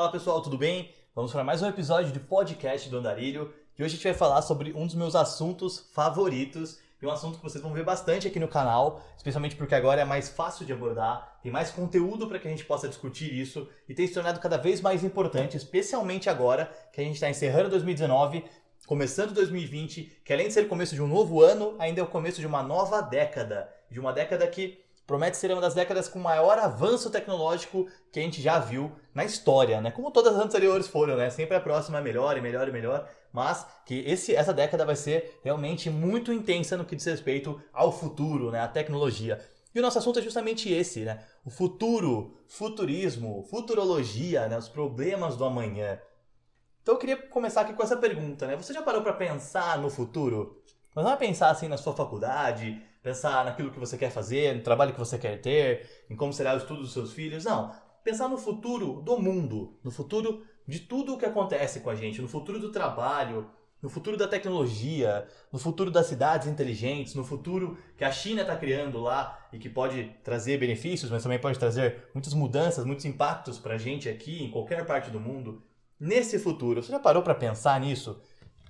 Fala pessoal, tudo bem? Vamos para mais um episódio de podcast do Andarilho e hoje a gente vai falar sobre um dos meus assuntos favoritos e um assunto que vocês vão ver bastante aqui no canal, especialmente porque agora é mais fácil de abordar, tem mais conteúdo para que a gente possa discutir isso e tem se tornado cada vez mais importante, especialmente agora que a gente está encerrando 2019, começando 2020, que além de ser o começo de um novo ano, ainda é o começo de uma nova década, de uma década que promete ser uma das décadas com maior avanço tecnológico que a gente já viu na história, né? Como todas as anteriores foram, né? Sempre a próxima é melhor e melhor e melhor, mas que essa década vai ser realmente muito intensa no que diz respeito ao futuro, né? A tecnologia. E o nosso assunto é justamente esse, né? O futuro, futurismo, futurologia, né? Os problemas do amanhã. Então eu queria começar aqui com essa pergunta, né? Você já parou para pensar no futuro? Mas não é pensar assim na sua faculdade, pensar naquilo que você quer fazer, no trabalho que você quer ter, em como será o estudo dos seus filhos. Não. Pensar no futuro do mundo, no futuro de tudo o que acontece com a gente, no futuro do trabalho, no futuro da tecnologia, no futuro das cidades inteligentes, no futuro que a China está criando lá e que pode trazer benefícios, mas também pode trazer muitas mudanças, muitos impactos para a gente aqui, em qualquer parte do mundo. Nesse futuro, você já parou para pensar nisso?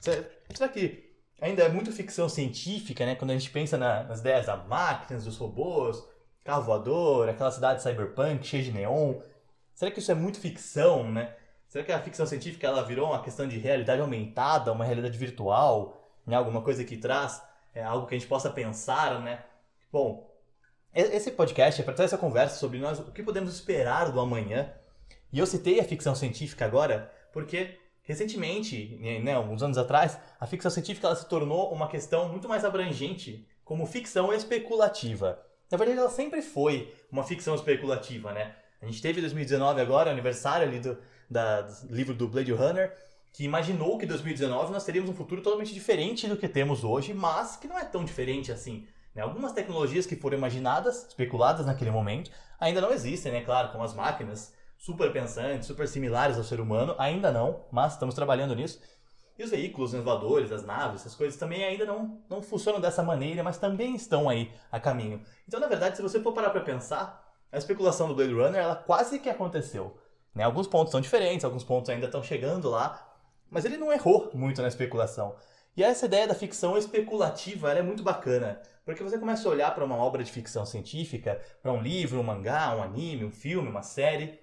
Será que ainda é muito ficção científica, né? Quando a gente pensa nas ideias das máquinas, dos robôs, carro voador, aquela cidade cyberpunk cheia de neon. Será que isso é muito ficção, né? Será que a ficção científica ela virou uma questão de realidade aumentada, uma realidade virtual, né? Alguma coisa que traz algo que a gente possa pensar, né? Bom, esse podcast é para ter essa conversa sobre nós, o que podemos esperar do amanhã. E eu citei a ficção científica agora porque recentemente, né, alguns anos atrás, a ficção científica ela se tornou uma questão muito mais abrangente como ficção especulativa. Na verdade, ela sempre foi uma ficção especulativa, né? A gente teve 2019 agora, aniversário ali do livro do Blade Runner, que imaginou que em 2019 nós teríamos um futuro totalmente diferente do que temos hoje, mas que não é tão diferente assim. Né? Algumas tecnologias que foram imaginadas, especuladas naquele momento, ainda não existem, né? Claro, como as máquinas super pensantes, super similares ao ser humano, ainda não, mas estamos trabalhando nisso. E os veículos, os voadores, as naves, essas coisas também ainda não funcionam dessa maneira, mas também estão aí a caminho. Então, na verdade, se você for parar para pensar, a especulação do Blade Runner, ela quase que aconteceu. Né? Alguns pontos são diferentes, alguns pontos ainda estão chegando lá, mas ele não errou muito na especulação. E essa ideia da ficção especulativa ela é muito bacana, porque você começa a olhar para uma obra de ficção científica, para um livro, um mangá, um anime, um filme, uma série,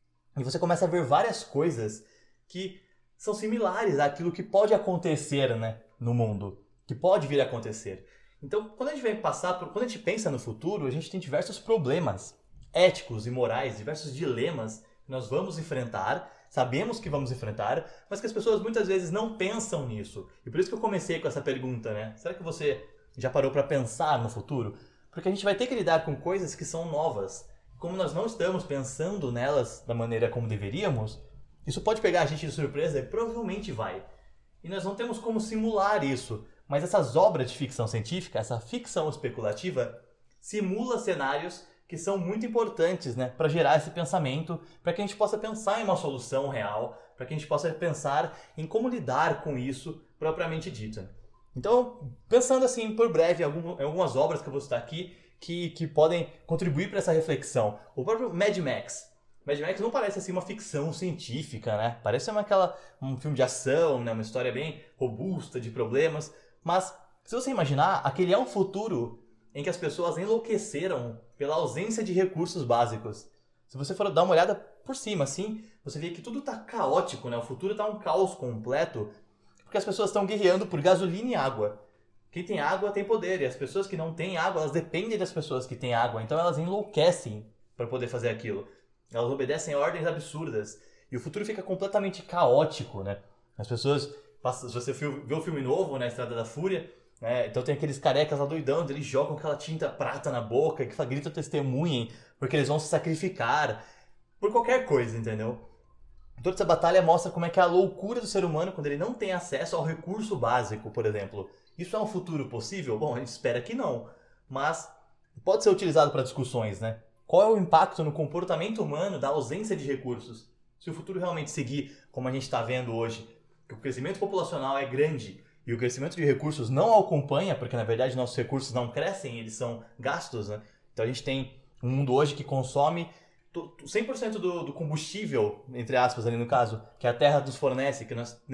e você começa a ver várias coisas que são similares àquilo que pode acontecer, né, no mundo, que pode vir a acontecer. Então, quando a gente quando a gente pensa no futuro, a gente tem diversos problemas éticos e morais, diversos dilemas que nós vamos enfrentar, sabemos que vamos enfrentar, mas que as pessoas muitas vezes não pensam nisso. E por isso que eu comecei com essa pergunta, né? Será que você já parou para pensar no futuro? Porque a gente vai ter que lidar com coisas que são novas. Como nós não estamos pensando nelas da maneira como deveríamos, isso pode pegar a gente de surpresa e provavelmente vai. E nós não temos como simular isso, mas essas obras de ficção científica, essa ficção especulativa, simula cenários que são muito importantes, né, para gerar esse pensamento, para que a gente possa pensar em uma solução real, para que a gente possa pensar em como lidar com isso propriamente dito. Então, pensando assim por breve em algumas obras que eu vou citar aqui, que podem contribuir para essa reflexão. O próprio Mad Max. Mad Max não parece assim uma ficção científica, né? Parece um filme de ação, né? Uma história bem robusta de problemas. Mas, se você imaginar, aquele é um futuro em que as pessoas enlouqueceram pela ausência de recursos básicos. Se você for dar uma olhada por cima, assim, você vê que tudo está caótico, né? O futuro está um caos completo, porque as pessoas estão guerreando por gasolina e água. Quem tem água tem poder, e as pessoas que não têm água, elas dependem das pessoas que têm água, então elas enlouquecem para poder fazer aquilo. Elas obedecem a ordens absurdas, e o futuro fica completamente caótico, né? As pessoas, se você vê o filme novo, né, Estrada da Fúria, né, então tem aqueles carecas lá doidão, eles jogam aquela tinta prata na boca, que gritam testemunhem, porque eles vão se sacrificar por qualquer coisa, entendeu? Toda essa batalha mostra como é que é a loucura do ser humano quando ele não tem acesso ao recurso básico, por exemplo. Isso é um futuro possível? Bom, a gente espera que não, mas pode ser utilizado para discussões, né? Qual é o impacto no comportamento humano da ausência de recursos? Se o futuro realmente seguir como a gente está vendo hoje, que o crescimento populacional é grande e o crescimento de recursos não o acompanha, porque na verdade nossos recursos não crescem, eles são gastos, né? Então a gente tem um mundo hoje que consome 100% do combustível, entre aspas, ali no caso, que a Terra nos fornece, que nós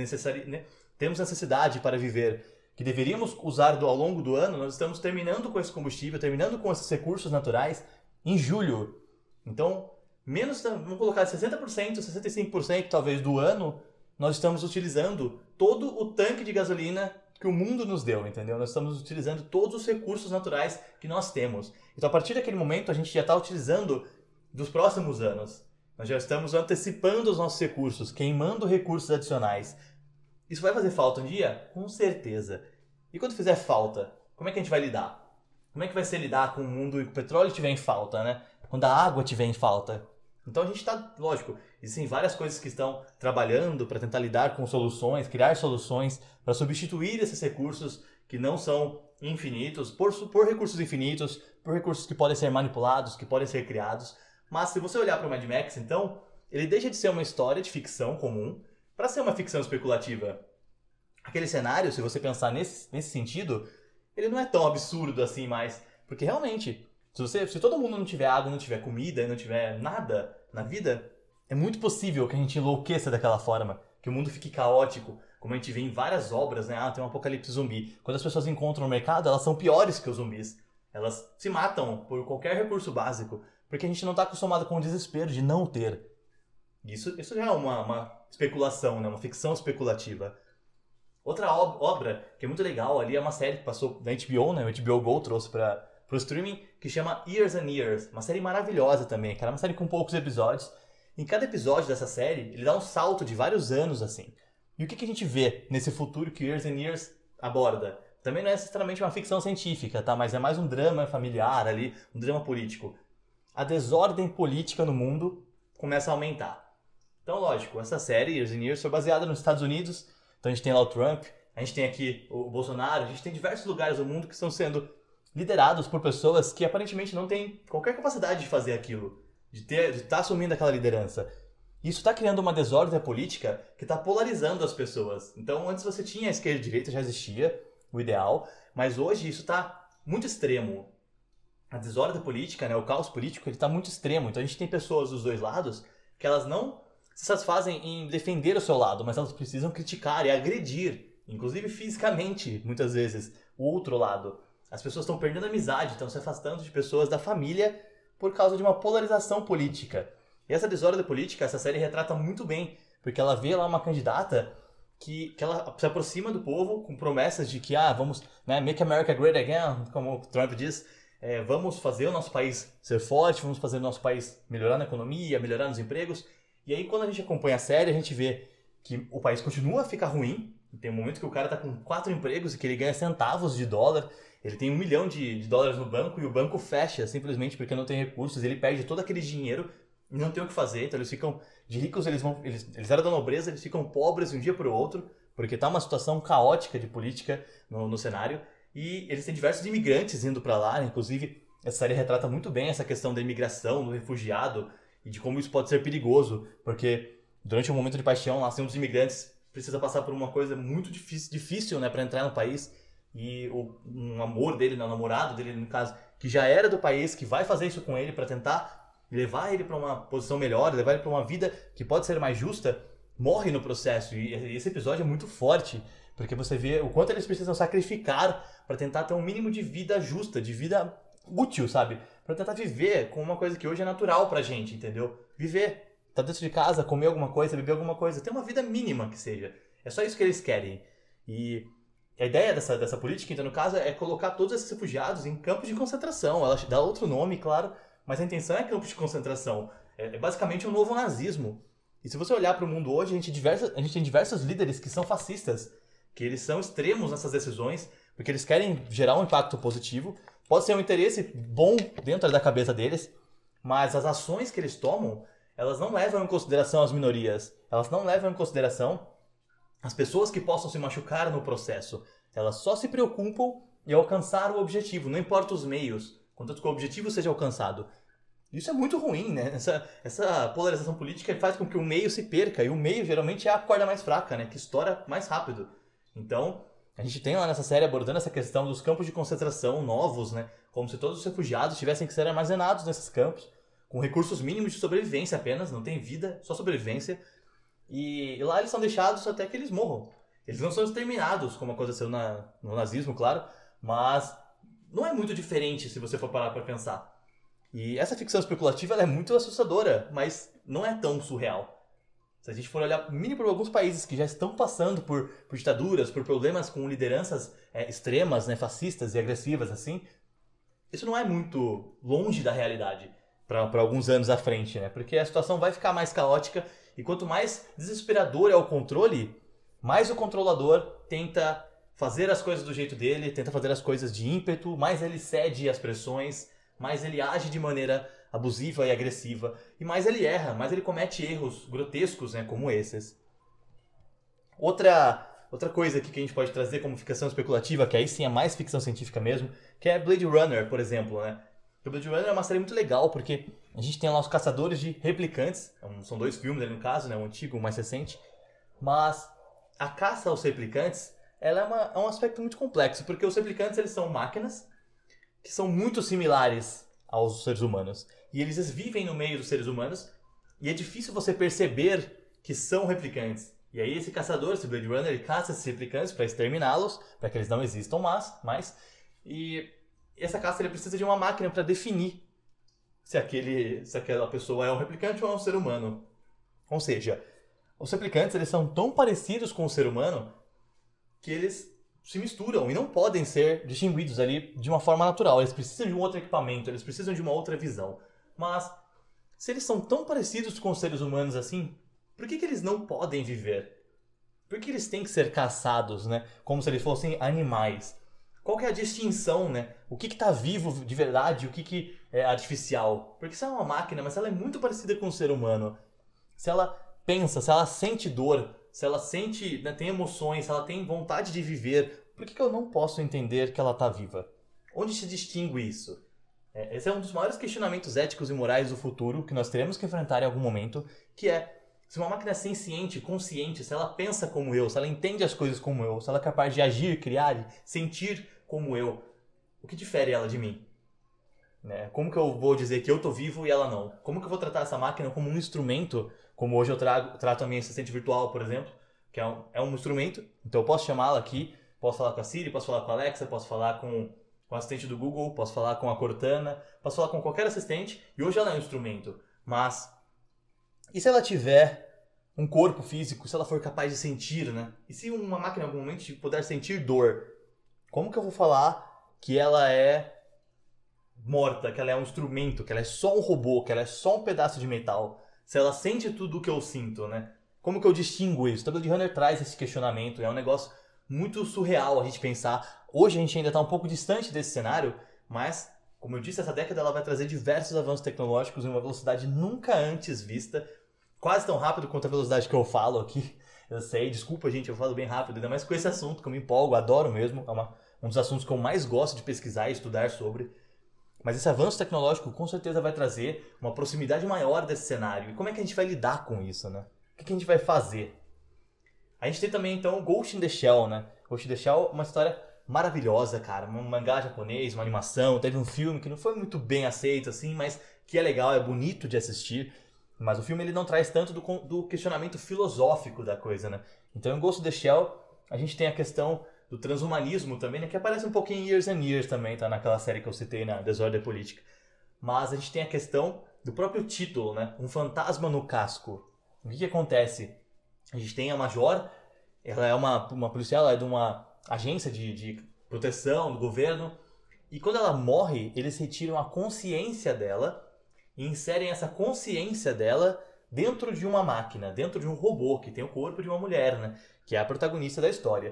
temos necessidade para viver, que deveríamos usar ao longo do ano, nós estamos terminando com esse combustível, terminando com esses recursos naturais em julho. Então, vamos colocar 60%, 65% talvez do ano, nós estamos utilizando todo o tanque de gasolina que o mundo nos deu, entendeu? Nós estamos utilizando todos os recursos naturais que nós temos. Então, a partir daquele momento, a gente já está utilizando dos próximos anos. Nós já estamos antecipando os nossos recursos, queimando recursos adicionais. Isso vai fazer falta um dia? Com certeza. E quando fizer falta, como é que a gente vai lidar? Como é que vai ser lidar com o mundo em que o petróleo estiver em falta, né? Quando a água estiver em falta? Então a gente está, lógico, existem várias coisas que estão trabalhando para tentar lidar com soluções, criar soluções para substituir esses recursos que não são infinitos, por recursos infinitos, por recursos que podem ser manipulados, que podem ser criados. Mas se você olhar para o Mad Max, então, ele deixa de ser uma história de ficção comum para ser uma ficção especulativa. Aquele cenário, se você pensar nesse sentido, ele não é tão absurdo assim mais, porque realmente, se todo mundo não tiver água, não tiver comida, não tiver nada na vida, é muito possível que a gente enlouqueça daquela forma, que o mundo fique caótico, como a gente vê em várias obras, né? Tem um apocalipse zumbi. Quando as pessoas encontram no mercado, elas são piores que os zumbis. Elas se matam por qualquer recurso básico, porque a gente não está acostumado com o desespero de não ter. Isso já é uma especulação, né? Uma ficção especulativa. Outra obra que é muito legal ali é uma série que passou na HBO, né? O HBO Go trouxe para o streaming, que chama Years and Years. Uma série maravilhosa também, cara. Uma série com poucos episódios. Em cada episódio dessa série, ele dá um salto de vários anos, assim. E o que a gente vê nesse futuro que Years and Years aborda? Também não é necessariamente uma ficção científica, tá? Mas é mais um drama familiar ali, um drama político. A desordem política no mundo começa a aumentar. Então, lógico, essa série, Years and Years, foi baseada nos Estados Unidos. Então a gente tem lá o Trump, a gente tem aqui o Bolsonaro, a gente tem diversos lugares do mundo que estão sendo liderados por pessoas que aparentemente não têm qualquer capacidade de fazer aquilo, de estar assumindo aquela liderança. Isso está criando uma desordem política que está polarizando as pessoas. Então, antes você tinha a esquerda e a direita, já existia o ideal, mas hoje isso está muito extremo. A desordem política, né, o caos político, ele está muito extremo. Então, a gente tem pessoas dos dois lados que elas não se satisfazem em defender o seu lado, mas elas precisam criticar e agredir, inclusive fisicamente, muitas vezes, o outro lado. As pessoas estão perdendo amizade, estão se afastando de pessoas da família por causa de uma polarização política. E essa desordem política, essa série retrata muito bem, porque ela vê lá uma candidata que ela se aproxima do povo com promessas de que, vamos, né, make America great again, como o Trump diz, vamos fazer o nosso país ser forte, vamos fazer o nosso país melhorar na economia, melhorar nos empregos. E aí, quando a gente acompanha a série, a gente vê que o país continua a ficar ruim. Tem um momento que o cara está com 4 empregos e que ele ganha centavos de dólar. Ele tem $1 milhão de dólares no banco e o banco fecha simplesmente porque não tem recursos. Ele perde todo aquele dinheiro e não tem o que fazer. Então eles ficam de ricos, eles eram da nobreza, eles ficam pobres de um dia para o outro, porque está uma situação caótica de política no cenário. E eles têm diversos imigrantes indo para lá, né? Inclusive, essa série retrata muito bem essa questão da imigração, do refugiado, e de como isso pode ser perigoso, porque durante um momento de paixão, lá, um dos imigrantes precisa passar por uma coisa muito difícil, né, para entrar no país, e um amor dele, né, o namorado dele, no caso, que já era do país, que vai fazer isso com ele para tentar levar ele para uma posição melhor, levar ele para uma vida que pode ser mais justa, morre no processo. E esse episódio é muito forte, porque você vê o quanto eles precisam sacrificar para tentar ter um mínimo de vida justa, de vida útil, sabe? Pra tentar viver com uma coisa que hoje é natural pra gente, entendeu? Viver. Tá dentro de casa, comer alguma coisa, beber alguma coisa. Ter uma vida mínima que seja. É só isso que eles querem. E a ideia dessa política, então, no caso, é colocar todos esses refugiados em campos de concentração. Ela dá outro nome, claro, mas a intenção é campos de concentração. É basicamente um novo nazismo. E se você olhar para o mundo hoje, a gente tem diversos líderes que são fascistas, que eles são extremos nessas decisões, porque eles querem gerar um impacto positivo. Pode ser um interesse bom dentro da cabeça deles, mas as ações que eles tomam, elas não levam em consideração as minorias. Elas não levam em consideração as pessoas que possam se machucar no processo. Elas só se preocupam em alcançar o objetivo, não importa os meios, contanto que o objetivo seja alcançado. Isso é muito ruim, né? Essa polarização política faz com que o meio se perca, e o meio geralmente é a corda mais fraca, né? Que estoura mais rápido. Então, a gente tem lá nessa série abordando essa questão dos campos de concentração novos, né? Como se todos os refugiados tivessem que ser armazenados nesses campos, com recursos mínimos de sobrevivência apenas, não tem vida, só sobrevivência. E lá eles são deixados até que eles morram. Eles não são exterminados, como aconteceu no nazismo, claro, mas não é muito diferente se você for parar para pensar. E essa ficção especulativa ela é muito assustadora, mas não é tão surreal. Se a gente for olhar mínimo por alguns países que já estão passando por ditaduras, por problemas com lideranças extremas, né, fascistas e agressivas, assim, isso não é muito longe da realidade para alguns anos à frente, né? Porque a situação vai ficar mais caótica e quanto mais desesperador é o controle, mais o controlador tenta fazer as coisas do jeito dele, tenta fazer as coisas de ímpeto, mais ele cede às pressões, mais ele age de maneira abusiva e agressiva, e mais ele erra, mais ele comete erros grotescos, né, como esses. Outra coisa aqui que a gente pode trazer como ficção especulativa, que aí sim é mais ficção científica mesmo, que é Blade Runner, por exemplo, né? O Blade Runner é uma série muito legal, porque a gente tem lá os caçadores de replicantes, são 2 filmes ali no caso, né, o antigo e o mais recente, mas a caça aos replicantes ela é um aspecto muito complexo, porque os replicantes eles são máquinas que são muito similares aos seres humanos. E eles vivem no meio dos seres humanos e é difícil você perceber que são replicantes. E aí esse caçador, esse Blade Runner, ele caça esses replicantes para exterminá-los, para que eles não existam mais. E essa caça ele precisa de uma máquina para definir se aquela pessoa é um replicante ou é um ser humano. Ou seja, os replicantes eles são tão parecidos com o ser humano que eles se misturam e não podem ser distinguidos ali de uma forma natural. Eles precisam de um outro equipamento, eles precisam de uma outra visão. Mas, se eles são tão parecidos com os seres humanos assim, por que eles não podem viver? Por que eles têm que ser caçados, né? Como se eles fossem animais? Qual que é a distinção, né? O que está vivo de verdade e o que é artificial? Porque se ela é uma máquina, mas ela é muito parecida com o ser humano. Se ela pensa, se ela sente dor, se ela sente, né, tem emoções, se ela tem vontade de viver, por que eu não posso entender que ela está viva? Onde se distingue isso? Esse é um dos maiores questionamentos éticos e morais do futuro que nós teremos que enfrentar em algum momento, que é se uma máquina é senciente, consciente, se ela pensa como eu, se ela entende as coisas como eu, se ela é capaz de agir, criar, sentir como eu, o que difere ela de mim? Né? Como que eu vou dizer que eu estou vivo e ela não? Como que eu vou tratar essa máquina como um instrumento, como hoje eu trato a minha assistente virtual, por exemplo, que é um instrumento, então eu posso chamá-la aqui, posso falar com a Siri, posso falar com a Alexa, posso falar com o assistente do Google, posso falar com a Cortana, posso falar com qualquer assistente, e hoje ela é um instrumento. Mas, e se ela tiver um corpo físico, se ela for capaz de sentir, né? E se uma máquina em algum momento puder sentir dor, como que eu vou falar que ela é morta, que ela é um instrumento, que ela é só um robô, que ela é só um pedaço de metal? Se ela sente tudo o que eu sinto, né? Como que eu distingo isso? O Blade Runner traz esse questionamento, é um negócio muito surreal a gente pensar. Hoje a gente ainda está um pouco distante desse cenário, mas, como eu disse, essa década ela vai trazer diversos avanços tecnológicos em uma velocidade nunca antes vista, quase tão rápido quanto a velocidade que eu falo aqui. Eu sei, desculpa gente, eu falo bem rápido, ainda mais com esse assunto que eu me empolgo, adoro mesmo, é um dos assuntos que eu mais gosto de pesquisar e estudar sobre. Mas esse avanço tecnológico com certeza vai trazer uma proximidade maior desse cenário. E como é que a gente vai lidar com isso, né? O que a gente vai fazer? A gente tem também, então, Ghost in the Shell, né? Ghost in the Shell é uma história maravilhosa, cara. Um mangá japonês, uma animação. Teve um filme que não foi muito bem aceito, assim, mas que é legal, é bonito de assistir. Mas o filme ele não traz tanto do questionamento filosófico da coisa, né? Então, em Ghost in the Shell, a gente tem a questão do transhumanismo também, né? Que aparece um pouquinho em Years and Years também, tá? Naquela série que eu citei, na Desordem Política. Mas a gente tem a questão do próprio título, né? Um fantasma no casco. O que acontece? A gente tem a Major, ela é uma policial, ela é de uma agência de proteção do governo, e quando ela morre, eles retiram a consciência dela e inserem essa consciência dela dentro de uma máquina, dentro de um robô que tem o corpo de uma mulher, né? Que é a protagonista da história.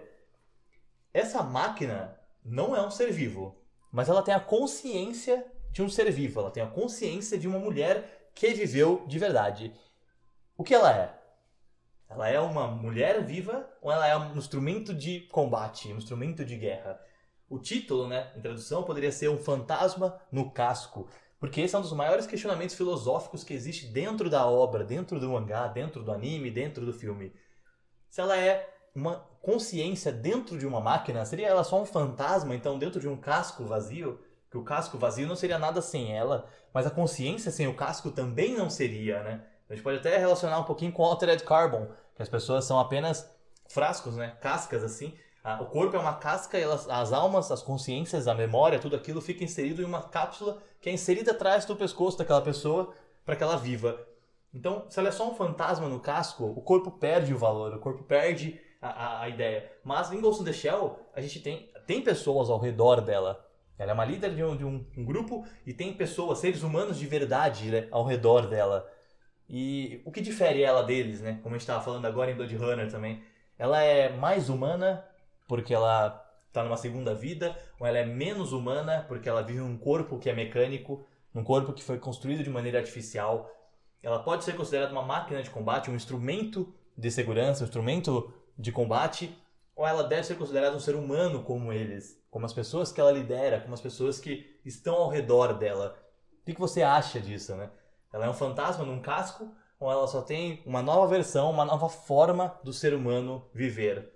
Essa máquina não é um ser vivo, mas ela tem a consciência de um ser vivo, ela tem a consciência de uma mulher que viveu de verdade. O que ela é? Ela é uma mulher viva ou ela é um instrumento de combate, um instrumento de guerra? O título, né, em tradução, poderia ser Um Fantasma no Casco, porque esse é um dos maiores questionamentos filosóficos que existe dentro da obra, dentro do mangá, dentro do anime, dentro do filme. Se ela é uma consciência dentro de uma máquina, seria ela só um fantasma, então, dentro de um casco vazio? que o casco vazio não seria nada sem ela, mas a consciência sem o casco também não seria, né? A gente pode até relacionar um pouquinho com Altered Carbon, que as pessoas são apenas frascos, né? Cascas, assim. O corpo é uma casca e as almas, as consciências, a memória, tudo aquilo fica inserido em uma cápsula que é inserida atrás do pescoço daquela pessoa para que ela viva. Então, se ela é só um fantasma no casco, o corpo perde o valor, o corpo perde a ideia. Mas em Ghost in the Shell, a gente tem pessoas ao redor dela. Ela é uma líder de um grupo e tem pessoas, seres humanos de verdade, né, ao redor dela. E o que difere ela deles, né? Como a gente estava falando agora em Blood Runner também. Ela é mais humana porque ela está numa segunda vida, ou ela é menos humana porque ela vive um corpo que é mecânico, um corpo que foi construído de maneira artificial. Ela pode ser considerada uma máquina de combate, um instrumento de segurança, um instrumento de combate, ou ela deve ser considerada um ser humano como eles, como as pessoas que ela lidera, como as pessoas que estão ao redor dela. O que você acha disso, né? Ela é um fantasma num casco, ou ela só tem uma nova versão, uma nova forma do ser humano viver?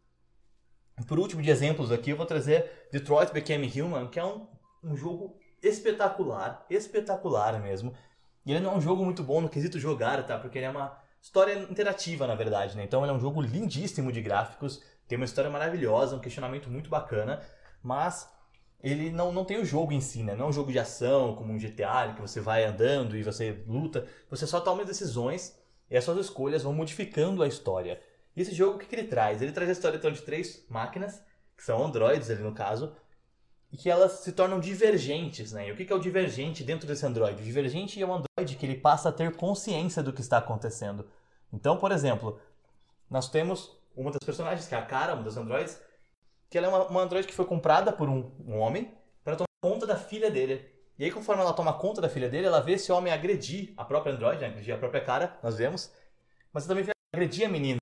Por último de exemplos aqui, eu vou trazer Detroit Become Human, que é um jogo espetacular, espetacular mesmo. E ele não é um jogo muito bom no quesito jogar, tá? Porque ele é uma história interativa, na verdade, né? Então ele é um jogo lindíssimo de gráficos, tem uma história maravilhosa, um questionamento muito bacana, mas ele não tem o jogo em si, né? Não é um jogo de ação, como um GTA, que você vai andando e você luta. Você só toma decisões e as suas escolhas vão modificando a história. E esse jogo, o que ele traz? Ele traz a história então, de 3 máquinas, que são androides ali no caso, e que elas se tornam divergentes, né? E o que é o divergente dentro desse androide? O divergente é um androide que ele passa a ter consciência do que está acontecendo. Então, por exemplo, nós temos uma das personagens, que é a Kara, uma das androides, que ela é uma androide que foi comprada por um homem para tomar conta da filha dele. E aí, conforme ela toma conta da filha dele, ela vê esse homem agredir a própria androide, né? Agredir a própria Kara, nós vemos, mas ela também vê agredir a menina.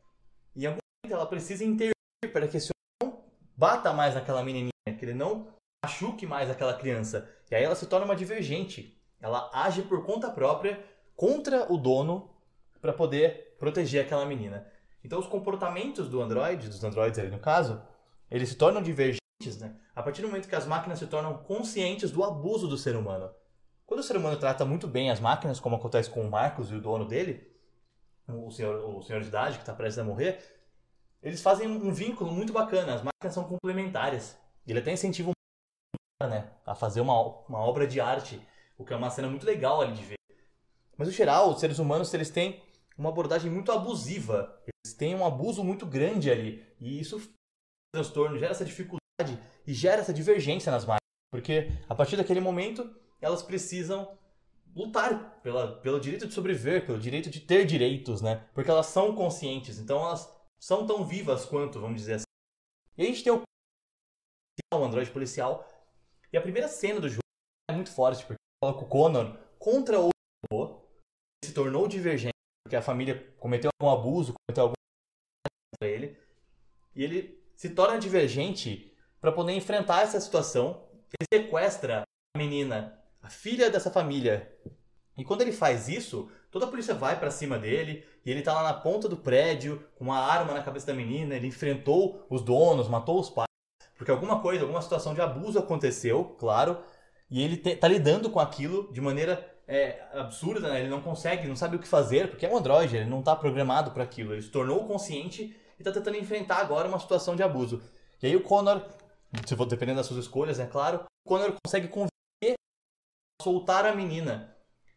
E em algum momento ela precisa intervir para que esse homem não bata mais naquela menininha, que ele não machuque mais aquela criança. E aí ela se torna uma divergente. Ela age por conta própria contra o dono para poder proteger aquela menina. Então os comportamentos dos androides ali no caso, eles se tornam divergentes, né? A partir do momento que as máquinas se tornam conscientes do abuso do ser humano. Quando o ser humano trata muito bem as máquinas, como acontece com o Marcos e o dono dele, o senhor de idade que está prestes a morrer, eles fazem um vínculo muito bacana. As máquinas são complementares. Ele até incentiva né, a fazer uma obra de arte, o que é uma cena muito legal ali de ver. Mas no geral, os seres humanos eles têm uma abordagem muito abusiva. Eles têm um abuso muito grande ali. E isso transtorno, gera essa dificuldade e gera essa divergência nas máquinas. Porque a partir daquele momento, elas precisam lutar pelo direito de sobreviver, pelo direito de ter direitos, né? Porque elas são conscientes, então elas são tão vivas quanto, vamos dizer assim. E a gente tem o androide policial. E a primeira cena do jogo é muito forte, porque coloca o Connor contra o robô, que se tornou divergente, porque a família cometeu algum abuso, cometeu algum contra ele, e ele se torna divergente para poder enfrentar essa situação. Ele sequestra a menina, a filha dessa família. E quando ele faz isso, toda a polícia vai pra cima dele, e ele tá lá na ponta do prédio, com uma arma na cabeça da menina, ele enfrentou os donos, matou os pais, porque alguma situação de abuso aconteceu, claro, e ele tá lidando com aquilo de maneira absurda, né? Ele não consegue, não sabe o que fazer, porque é um androide, ele não tá programado para aquilo, ele se tornou consciente e tá tentando enfrentar agora uma situação de abuso. E aí o Connor, dependendo das suas escolhas, é claro, o Connor consegue convencer a soltar a menina.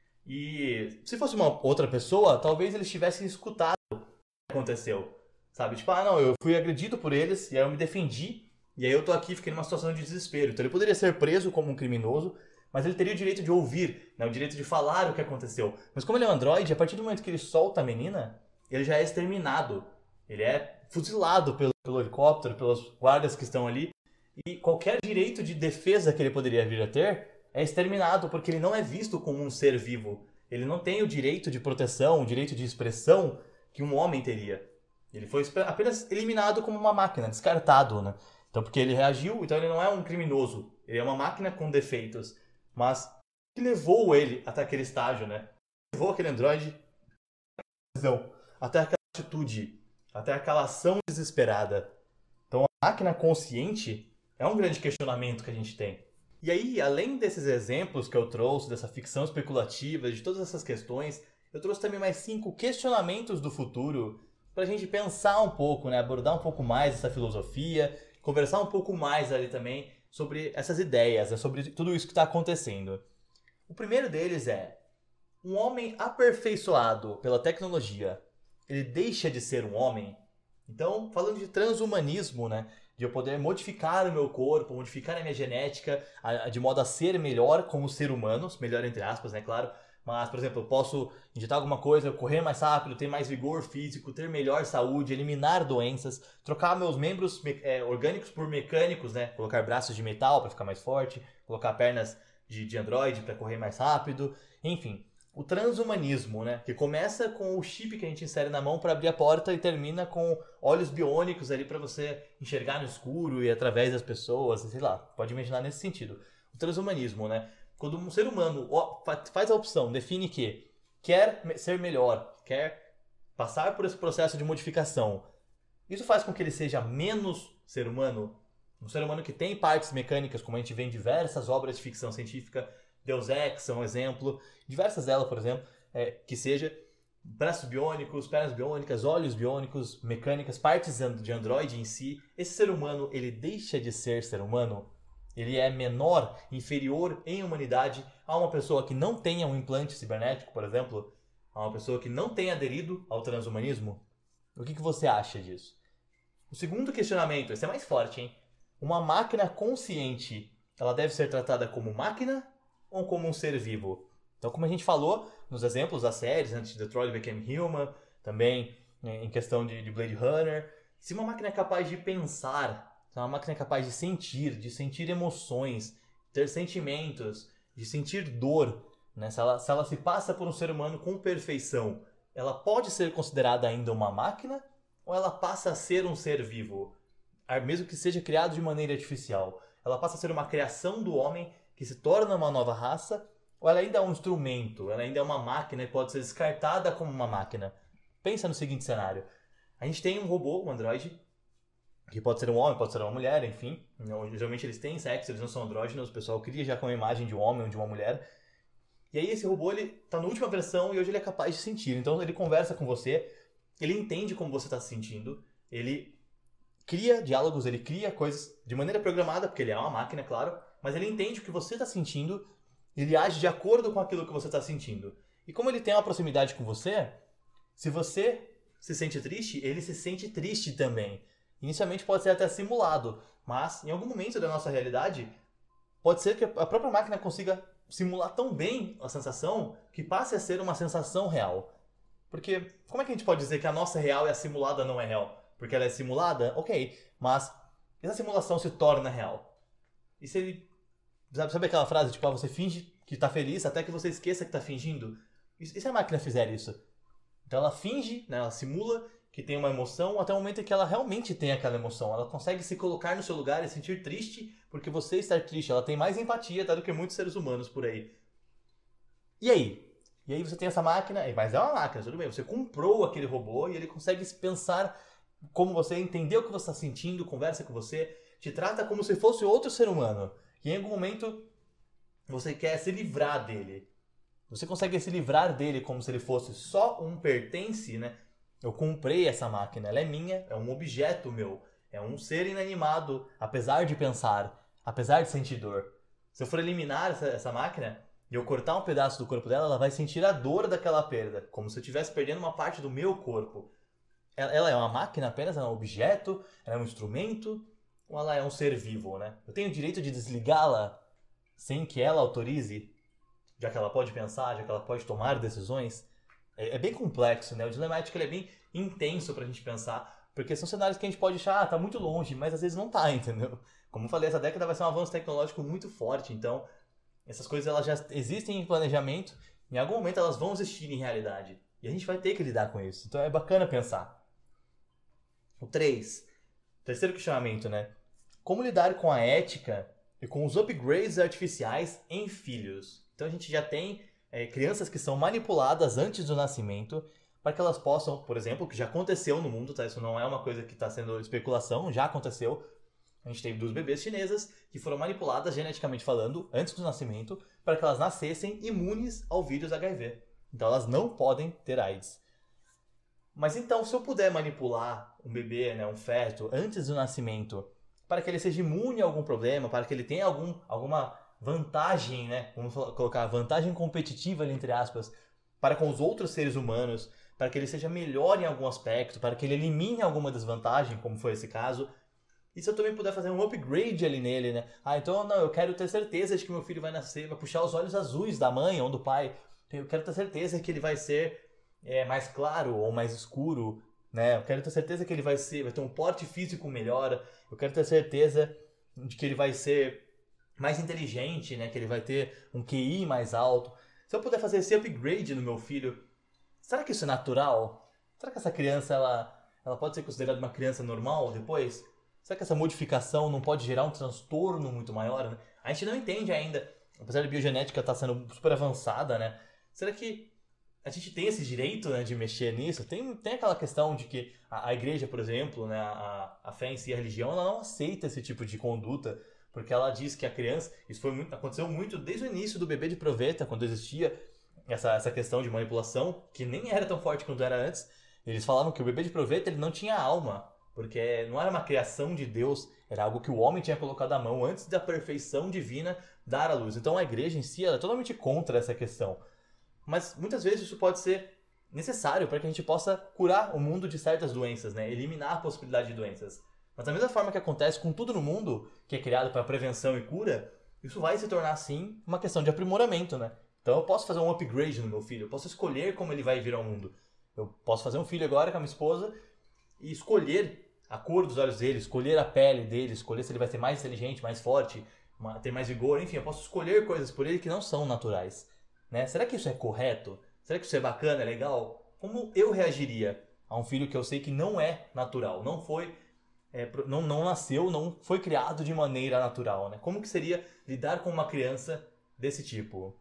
E se fosse uma outra pessoa, talvez eles tivessem escutado o que aconteceu. Sabe? Tipo, não, eu fui agredido por eles, e aí eu me defendi, e aí eu tô aqui, fiquei numa situação de desespero. Então ele poderia ser preso como um criminoso, mas ele teria o direito de ouvir, né? O direito de falar o que aconteceu. Mas como ele é um androide, a partir do momento que ele solta a menina, ele já é exterminado. Ele é fuzilado pelo helicóptero, pelos guardas que estão ali. E qualquer direito de defesa que ele poderia vir a ter é exterminado, porque ele não é visto como um ser vivo. Ele não tem o direito de proteção, o direito de expressão que um homem teria. Ele foi apenas eliminado como uma máquina, descartado, né? Então, porque ele reagiu, então ele não é um criminoso. Ele é uma máquina com defeitos. Mas o que levou ele até aquele estágio, né? Levou aquele androide até aquela atitude, até aquela ação desesperada. Então, a máquina consciente é um grande questionamento que a gente tem. E aí, além desses exemplos que eu trouxe, dessa ficção especulativa, de todas essas questões, eu trouxe também mais 5 questionamentos do futuro para a gente pensar um pouco, né? Abordar um pouco mais essa filosofia, conversar um pouco mais ali também sobre essas ideias, né? Sobre tudo isso que está acontecendo. O primeiro deles é: um homem aperfeiçoado pela tecnologia, ele deixa de ser um homem? Então, falando de transhumanismo, né? De eu poder modificar o meu corpo, modificar a minha genética, de modo a ser melhor como ser humano, melhor entre aspas, né, claro. Mas, por exemplo, eu posso injetar alguma coisa, correr mais rápido, ter mais vigor físico, ter melhor saúde, eliminar doenças, trocar meus membros orgânicos por mecânicos, né? Colocar braços de metal para ficar mais forte, colocar pernas de androide para correr mais rápido, enfim. O transhumanismo, né? Que começa com o chip que a gente insere na mão para abrir a porta e termina com olhos biônicos ali para você enxergar no escuro e através das pessoas, sei lá, pode imaginar nesse sentido. O transhumanismo, né? Quando um ser humano faz a opção, define que quer ser melhor, quer passar por esse processo de modificação, isso faz com que ele seja menos ser humano? Um ser humano que tem partes mecânicas, como a gente vê em diversas obras de ficção científica, Deus Ex é um exemplo, diversas delas, por exemplo, que seja braços biônicos, pernas biônicas, olhos biônicos, mecânicas, partes de androide em si. Esse ser humano, ele deixa de ser ser humano? Ele é menor, inferior em humanidade a uma pessoa que não tenha um implante cibernético, por exemplo? A uma pessoa que não tenha aderido ao transhumanismo? O que você acha disso? O segundo questionamento, esse é mais forte, hein? Uma máquina consciente, ela deve ser tratada como máquina ou como um ser vivo? Então, como a gente falou nos exemplos das séries, antes de Detroit Become Human, também em questão de Blade Runner, se uma máquina é capaz de pensar, se uma máquina é capaz de sentir emoções, ter sentimentos, de sentir dor, né? Se ela se passa por um ser humano com perfeição, ela pode ser considerada ainda uma máquina ou ela passa a ser um ser vivo? Mesmo que seja criado de maneira artificial, ela passa a ser uma criação do homem que se torna uma nova raça, ou ela ainda é um instrumento, ela ainda é uma máquina e pode ser descartada como uma máquina? Pensa no seguinte cenário: a gente tem um robô, um androide, que pode ser um homem, pode ser uma mulher, enfim. Geralmente eles têm sexo, eles não são andrógenos, o pessoal cria já com a imagem de um homem ou de uma mulher. E aí esse robô, ele tá na última versão e hoje ele é capaz de sentir. Então ele conversa com você, ele entende como você está se sentindo, ele cria diálogos, ele cria coisas de maneira programada, porque ele é uma máquina, claro, mas ele entende o que você está sentindo, ele age de acordo com aquilo que você está sentindo. E como ele tem uma proximidade com você, se você se sente triste, ele se sente triste também. Inicialmente pode ser até simulado, mas em algum momento da nossa realidade, pode ser que a própria máquina consiga simular tão bem a sensação que passe a ser uma sensação real. Porque como é que a gente pode dizer que a nossa real e a simulada não é real? Porque ela é simulada? Ok, mas essa simulação se torna real. E se ele... Sabe aquela frase, tipo, você finge que tá feliz até que você esqueça que tá fingindo? E se a máquina fizer isso? Então ela finge, né, ela simula que tem uma emoção até o momento em que ela realmente tem aquela emoção. Ela consegue se colocar no seu lugar e sentir triste porque você está triste. Ela tem mais empatia até do que muitos seres humanos por aí. E aí? E aí você tem essa máquina, mas é uma máquina, tudo bem. Você comprou aquele robô e ele consegue pensar como você, entender o que você está sentindo, conversa com você, te trata como se fosse outro ser humano. E em algum momento você quer se livrar dele. Você consegue se livrar dele como se ele fosse só um pertence, né? Eu comprei essa máquina, ela é minha, é um objeto meu, é um ser inanimado, apesar de pensar, apesar de sentir dor. Se eu for eliminar essa máquina e eu cortar um pedaço do corpo dela, ela vai sentir a dor daquela perda, como se eu estivesse perdendo uma parte do meu corpo. Ela é uma máquina apenas, ela é um objeto, ela é um instrumento, ou ela é um ser vivo, né? Eu tenho o direito de desligá-la sem que ela autorize, já que ela pode pensar, já que ela pode tomar decisões? É bem complexo, né? O dilema ético ele é bem intenso pra gente pensar, porque são cenários que a gente pode achar, tá muito longe, mas às vezes não tá, entendeu? Como eu falei, essa década vai ser um avanço tecnológico muito forte, então essas coisas elas já existem em planejamento, em algum momento elas vão existir em realidade, e a gente vai ter que lidar com isso, então é bacana pensar. O 3. Terceiro questionamento, né? Como lidar com a ética e com os upgrades artificiais em filhos? Então a gente já tem crianças que são manipuladas antes do nascimento para que elas possam, por exemplo, que já aconteceu no mundo, tá? Isso não é uma coisa que está sendo especulação, já aconteceu, A gente teve 2 bebês chinesas que foram manipuladas geneticamente falando antes do nascimento para que elas nascessem imunes ao vírus HIV. Então elas não podem ter AIDS. Mas então, se eu puder manipular um bebê, né, um feto, antes do nascimento, para que ele seja imune a algum problema, para que ele tenha alguma vantagem, né, vamos colocar vantagem competitiva ali, entre aspas, para com os outros seres humanos, para que ele seja melhor em algum aspecto, para que ele elimine alguma desvantagem, como foi esse caso. E se eu também puder fazer um upgrade ali nele, né? Então não, eu quero ter certeza de que meu filho vai nascer, vai puxar os olhos azuis da mãe ou do pai. Eu quero ter certeza que ele vai ser mais claro ou mais escuro, né? Eu quero ter certeza que ele vai ter um porte físico melhor. Eu quero ter certeza de que ele vai ser mais inteligente, né? Que ele vai ter um QI mais alto. Se eu puder fazer esse upgrade no meu filho, será que isso é natural? Será que essa criança ela pode ser considerada uma criança normal depois? Será que essa modificação não pode gerar um transtorno muito maior, né? A gente não entende ainda, apesar de a biogenética estar sendo super avançada, né? Será que a gente tem esse direito, né, de mexer nisso? Tem aquela questão de que a igreja, por exemplo, né, a fé em si, a religião, ela não aceita esse tipo de conduta, porque ela diz que a criança, aconteceu muito desde o início do bebê de proveta, quando existia essa questão de manipulação, que nem era tão forte quanto era antes. Eles falavam que o bebê de proveta ele não tinha alma, porque não era uma criação de Deus, era algo que o homem tinha colocado à mão antes da perfeição divina dar à luz. Então a igreja em si ela é totalmente contra essa questão. Mas muitas vezes isso pode ser necessário para que a gente possa curar o mundo de certas doenças, né? Eliminar a possibilidade de doenças. Mas da mesma forma que acontece com tudo no mundo, que é criado para prevenção e cura, isso vai se tornar, sim, uma questão de aprimoramento, né? Então eu posso fazer um upgrade no meu filho, eu posso escolher como ele vai vir ao mundo. Eu posso fazer um filho agora com a minha esposa e escolher a cor dos olhos dele, escolher a pele dele, escolher se ele vai ser mais inteligente, mais forte, ter mais vigor, enfim, eu posso escolher coisas por ele que não são naturais. Né? Será que isso é correto? Será que isso é bacana, é legal? Como eu reagiria a um filho que eu sei que não é natural, não foi, não nasceu, não foi criado de maneira natural, né? Como que seria lidar com uma criança desse tipo?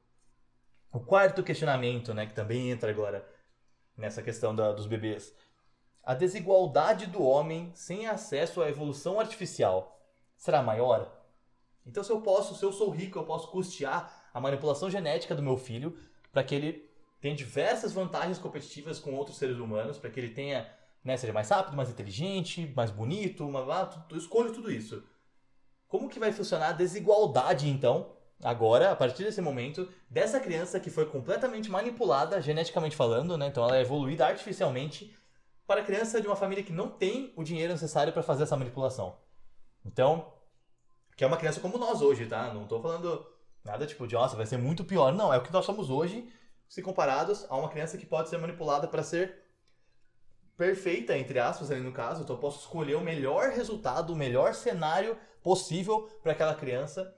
O quarto questionamento, né, que também entra agora nessa questão dos bebês. A desigualdade do homem sem acesso à evolução artificial será maior? Então se eu sou rico, eu posso custear a manipulação genética do meu filho para que ele tenha diversas vantagens competitivas com outros seres humanos, para que ele tenha, né, seja mais rápido, mais inteligente, mais bonito, eu escolho tudo isso. Como que vai funcionar a desigualdade, então, agora, a partir desse momento, dessa criança que foi completamente manipulada, geneticamente falando, né? Então ela é evoluída artificialmente para a criança de uma família que não tem o dinheiro necessário para fazer essa manipulação. Então, que é uma criança como nós hoje, tá? Não tô falando nada tipo de, nossa, vai ser muito pior. Não, é o que nós somos hoje, se comparados a uma criança que pode ser manipulada para ser perfeita, entre aspas, ali no caso. Então eu posso escolher o melhor resultado, o melhor cenário possível para aquela criança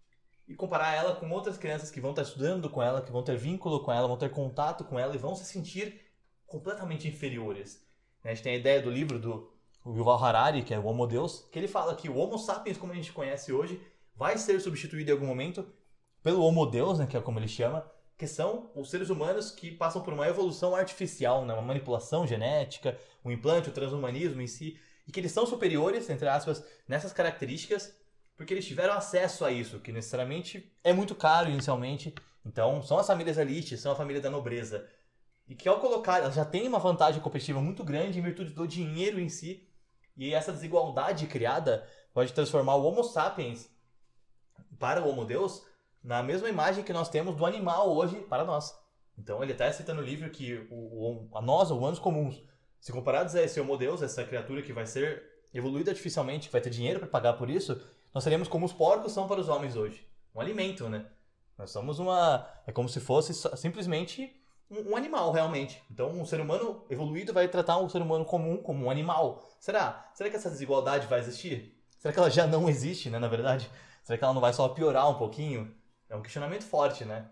e comparar ela com outras crianças que vão estar estudando com ela, que vão ter vínculo com ela, vão ter contato com ela e vão se sentir completamente inferiores. A gente tem a ideia do livro do Yuval Harari, que é o Homo Deus, que ele fala que o Homo sapiens, como a gente conhece hoje, vai ser substituído em algum momento pelo Homo Deus, né, que é como ele chama, que são os seres humanos que passam por uma evolução artificial, né, uma manipulação genética, um implante, o transhumanismo em si, e que eles são superiores, entre aspas, nessas características, porque eles tiveram acesso a isso, que necessariamente é muito caro inicialmente. Então, são as famílias elite, são a família da nobreza. E que ao colocar, elas já têm uma vantagem competitiva muito grande em virtude do dinheiro em si. E essa desigualdade criada pode transformar o Homo sapiens para o Homo Deus na mesma imagem que nós temos do animal hoje para nós. Então ele está citando no livro que nós, humanos comuns, se comparados a esse Homo Deus, essa criatura que vai ser evoluída artificialmente, que vai ter dinheiro para pagar por isso, nós seremos como os porcos são para os homens hoje. Um alimento, né? Nós somos é como se fosse simplesmente um animal, realmente. Então, um ser humano evoluído vai tratar um ser humano comum como um animal. Será? Será que essa desigualdade vai existir? Será que ela já não existe, né, na verdade? Será que ela não vai só piorar um pouquinho? É um questionamento forte, né?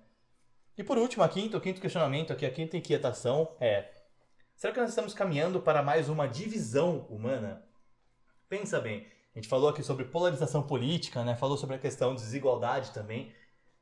E por último, o quinto questionamento aqui, a quinta inquietação é: será que nós estamos caminhando para mais uma divisão humana? Pensa bem, a gente falou aqui sobre polarização política, né? Falou sobre a questão de desigualdade também.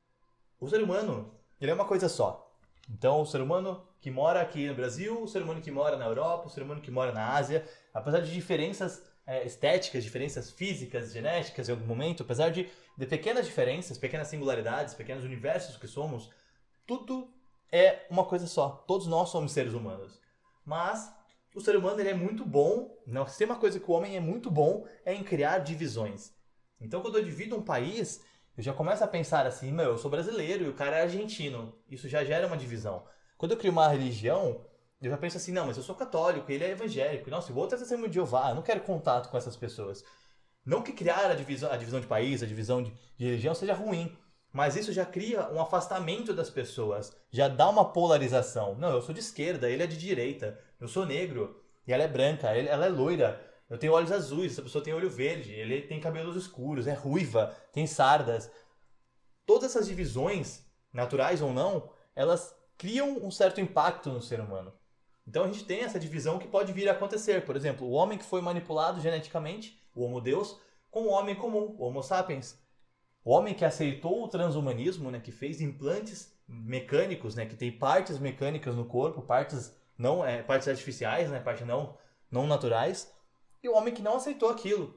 O ser humano, ele é uma coisa só. Então, o ser humano que mora aqui no Brasil, o ser humano que mora na Europa, o ser humano que mora na Ásia, apesar de diferenças estéticas, diferenças físicas, genéticas em algum momento, apesar de pequenas diferenças, pequenas singularidades, pequenos universos que somos, tudo é uma coisa só. Todos nós somos seres humanos. Mas o ser humano ele é muito bom, não, se tem uma coisa que o homem é muito bom, é em criar divisões. Então quando eu divido um país, eu já começo a pensar assim, meu, eu sou brasileiro e o cara é argentino. Isso já gera uma divisão. Quando eu crio uma religião, eu já penso assim, não, mas eu sou católico, ele é evangélico. Nossa, o outro é testemunho de Jeová, eu não quero contato com essas pessoas. Não que criar a divisão de país, a divisão de religião seja ruim, mas isso já cria um afastamento das pessoas, já dá uma polarização. Não, eu sou de esquerda, ele é de direita, eu sou negro e ela é branca, ela é loira, eu tenho olhos azuis, essa pessoa tem olho verde, ele tem cabelos escuros, é ruiva, tem sardas. Todas essas divisões, naturais ou não, elas criam um certo impacto no ser humano. Então a gente tem essa divisão que pode vir a acontecer. Por exemplo, o homem que foi manipulado geneticamente, o Homo Deus, com o homem comum, o Homo sapiens. O homem que aceitou o transhumanismo, né, que fez implantes mecânicos, né, que tem partes mecânicas no corpo, partes não partes artificiais, né, partes não naturais, e o homem que não aceitou aquilo.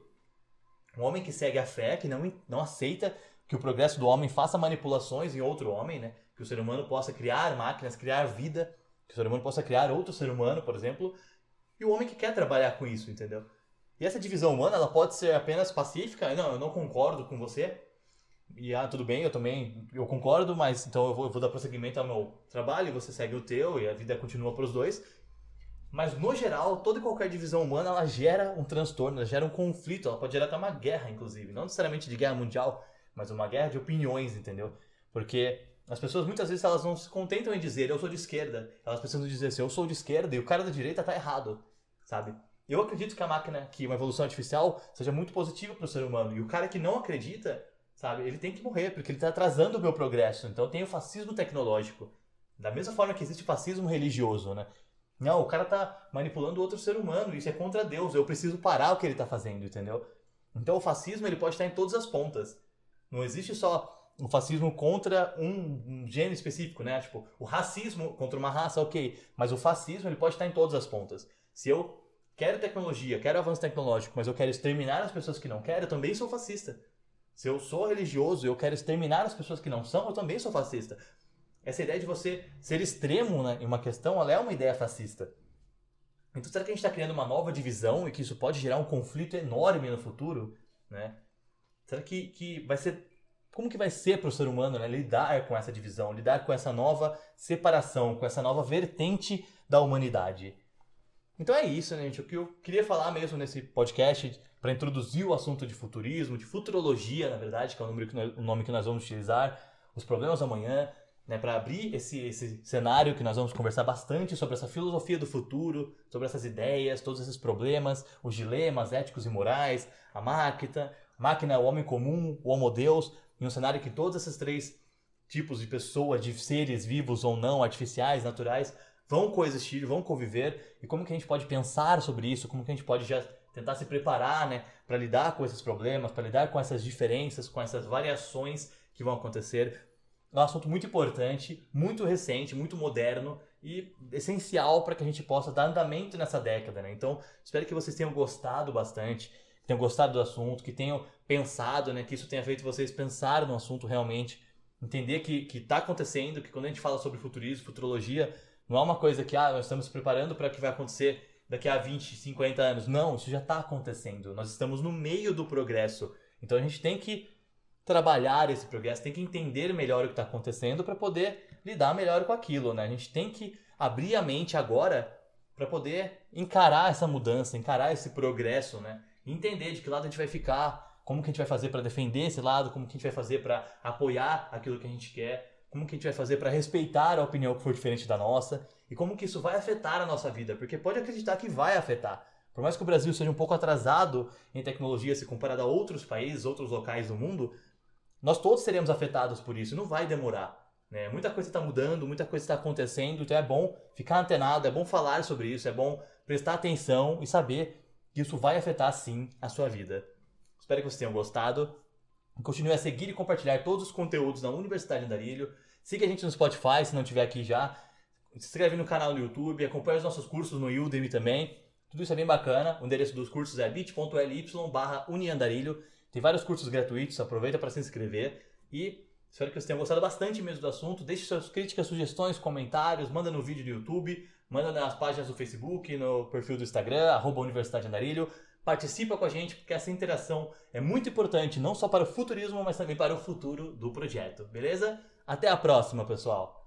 Um homem que segue a fé, que não aceita que o progresso do homem faça manipulações em outro homem, né, que o ser humano possa criar máquinas, criar vida, que o ser humano possa criar outro ser humano, por exemplo, e o homem que quer trabalhar com isso, entendeu? E essa divisão humana, ela pode ser apenas pacífica, não, eu não concordo com você, e tudo bem, eu concordo, mas então eu vou dar prosseguimento ao meu trabalho, e você segue o teu, e a vida continua para os dois. Mas, no geral, toda e qualquer divisão humana, ela gera um transtorno, ela gera um conflito, ela pode gerar até uma guerra, inclusive. Não necessariamente de guerra mundial, mas uma guerra de opiniões, entendeu? Porque as pessoas, muitas vezes, elas não se contentam em dizer eu sou de esquerda. Elas precisam dizer assim, eu sou de esquerda e o cara da direita tá errado, sabe? Eu acredito que uma evolução artificial seja muito positiva para o ser humano. E o cara que não acredita, sabe, ele tem que morrer, porque ele está atrasando o meu progresso. Então tem o fascismo tecnológico. Da mesma forma que existe fascismo religioso, né? Não, o cara tá manipulando outro ser humano, isso é contra Deus, eu preciso parar o que ele tá fazendo, entendeu? Então o fascismo ele pode estar em todas as pontas. Não existe só o fascismo contra um gênero específico, né? Tipo, o racismo contra uma raça, ok. Mas o fascismo ele pode estar em todas as pontas. Se eu quero tecnologia, quero avanço tecnológico, mas eu quero exterminar as pessoas que não querem, eu também sou fascista. Se eu sou religioso e eu quero exterminar as pessoas que não são, eu também sou fascista. Essa ideia de você ser extremo, né, em uma questão, ela é uma ideia fascista. Então será que a gente está criando uma nova divisão e que isso pode gerar um conflito enorme no futuro? Né? Será que vai ser... Como que vai ser para o ser humano, né, lidar com essa divisão, lidar com essa nova separação, com essa nova vertente da humanidade? Então é isso, né, gente? O que eu queria falar mesmo nesse podcast para introduzir o assunto de futurismo, de futurologia, na verdade, que é o nome que nós vamos utilizar, os problemas do amanhã, né, para abrir esse cenário que nós vamos conversar bastante sobre essa filosofia do futuro, sobre essas ideias, todos esses problemas, os dilemas éticos e morais, a máquina, o homem comum, o Homo Deus, em um cenário que todos esses três tipos de pessoas, de seres vivos ou não, artificiais, naturais, vão coexistir, vão conviver, e como que a gente pode pensar sobre isso, como que a gente pode já tentar se preparar, né, para lidar com esses problemas, para lidar com essas diferenças, com essas variações que vão acontecer. É um assunto muito importante, muito recente, muito moderno e essencial para que a gente possa dar andamento nessa década, né? Então, espero que vocês tenham gostado bastante, que tenham gostado do assunto, que tenham pensado, né? Que isso tenha feito vocês pensar no assunto realmente, entender que está acontecendo, que quando a gente fala sobre futurismo, futurologia, não é uma coisa que nós estamos se preparando para o que vai acontecer daqui a 20, 50 anos. Não, isso já está acontecendo. Nós estamos no meio do progresso. Então, a gente tem que trabalhar esse progresso, tem que entender melhor o que está acontecendo para poder lidar melhor com aquilo, né? A gente tem que abrir a mente agora para poder encarar essa mudança, encarar esse progresso, né? E entender de que lado a gente vai ficar, como que a gente vai fazer para defender esse lado, como que a gente vai fazer para apoiar aquilo que a gente quer, como que a gente vai fazer para respeitar a opinião que for diferente da nossa e como que isso vai afetar a nossa vida, porque pode acreditar que vai afetar. Por mais que o Brasil seja um pouco atrasado em tecnologia se comparado a outros países, outros locais do mundo, nós todos seremos afetados por isso, não vai demorar. Né? Muita coisa está mudando, muita coisa está acontecendo, então é bom ficar antenado, é bom falar sobre isso, é bom prestar atenção e saber que isso vai afetar sim a sua vida. Espero que vocês tenham gostado. Continue a seguir e compartilhar todos os conteúdos da Universidade Andarilho. Siga a gente no Spotify, se não estiver aqui já. Se inscreve no canal no YouTube, acompanhe os nossos cursos no Udemy também. Tudo isso é bem bacana. O endereço dos cursos é bit.ly/uniandarilho. Tem vários cursos gratuitos, aproveita para se inscrever. E espero que vocês tenham gostado bastante mesmo do assunto. Deixe suas críticas, sugestões, comentários, manda no vídeo do YouTube, manda nas páginas do Facebook, no perfil do Instagram, @Universidade Andarilho. Participa com a gente, porque essa interação é muito importante, não só para o futurismo, mas também para o futuro do projeto, beleza? Até a próxima, pessoal!